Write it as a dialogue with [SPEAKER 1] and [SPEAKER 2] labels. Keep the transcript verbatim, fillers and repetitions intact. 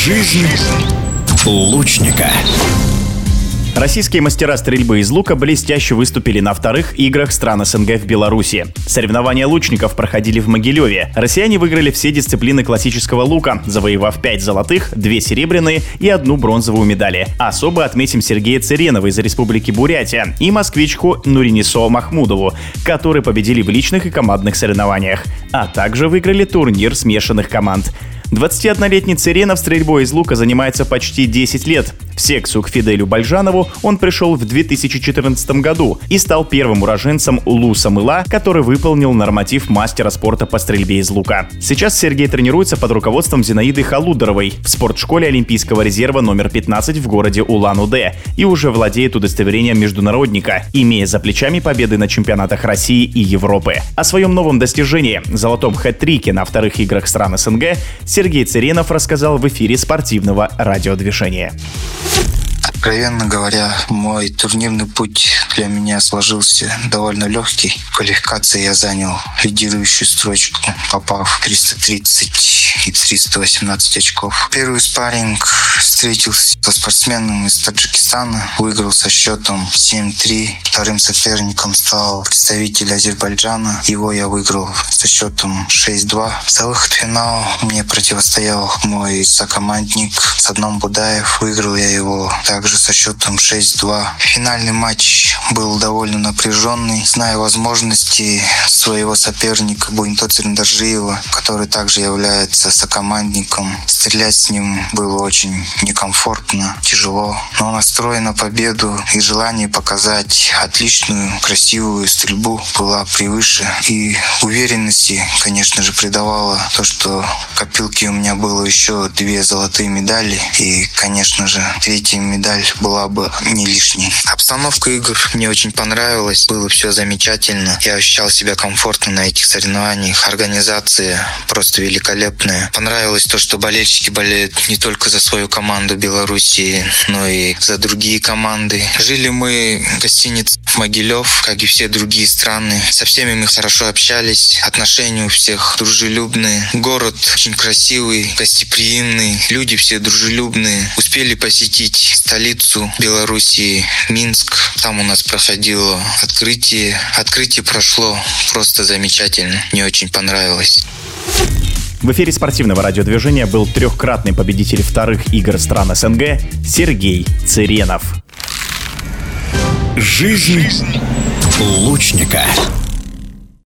[SPEAKER 1] Жизнь лучника.
[SPEAKER 2] Российские мастера стрельбы из лука блестяще выступили на вторых играх стран СНГ в Беларуси. Соревнования лучников проходили в Могилеве. Россияне выиграли все дисциплины классического лука, завоевав пять золотых, две серебряные и одну бронзовую медали. Особо отметим Сергея Цыренова из Республики Бурятия и москвичку Нуринисо Махмудову, которые победили в личных и командных соревнованиях, а также выиграли турнир смешанных команд. двадцатиоднолетний Цыренов стрельбой из лука занимается почти десять лет. В секцию к Фиделю Бальжанову он пришел в две тысячи четырнадцатом году и стал первым уроженцем Улу-Самыла, который выполнил норматив мастера спорта по стрельбе из лука. Сейчас Сергей тренируется под руководством Зинаиды Халудоровой в спортшколе Олимпийского резерва номер пятнадцать в городе Улан-Удэ и уже владеет удостоверением международника, имея за плечами победы на чемпионатах России и Европы. О своем новом достижении – золотом хэт-трике на вторых играх стран СНГ – Сергей Цыренов рассказал в эфире спортивного радиодвижения.
[SPEAKER 3] Откровенно говоря, мой турнирный путь для меня сложился довольно легкий. В квалификации я занял лидирующую строчку, попав в триста тридцать и триста восемнадцать очков. Первый спарринг встретился со спортсменом из Таджикистана, выиграл со счетом семь-три. Вторым соперником стал представитель Азербайджана, его я выиграл со счетом шесть-два. За выход в финал мне противостоял мой сокомандник Садном Будаев, выиграл я его также со счетом шесть-два. Финальный матч был довольно напряженный. Зная возможности своего соперника Буинто Цириндаржиева, который также является сокомандником, стрелять с ним было очень некомфортно, тяжело. Но настрой на победу и желание показать отличную, красивую стрельбу была превыше. И уверенности, конечно же, придавало то, что в копилке у меня было еще две золотые медали. И, конечно же, третья медаль была бы не лишней. Обстановка игр мне очень понравилась. Было все замечательно. Я ощущал себя комфортно на этих соревнованиях. Организация просто великолепная. Понравилось то, что болельщики болеют не только за свою команду Беларуси, но и за другие команды. Жили мы в гостинице Могилев, как и все другие страны. Со всеми мы хорошо общались. Отношения у всех дружелюбные. Город очень красивый, гостеприимный. Люди все дружелюбные. Успели посетить столицу Беларуси, Минск. Там у нас проходило открытие. Открытие прошло просто замечательно. Мне очень понравилось.
[SPEAKER 2] В эфире спортивного радиодвижения был трехкратный победитель вторых игр стран СНГ Сергей Цыренов.
[SPEAKER 1] Жизнь лучника.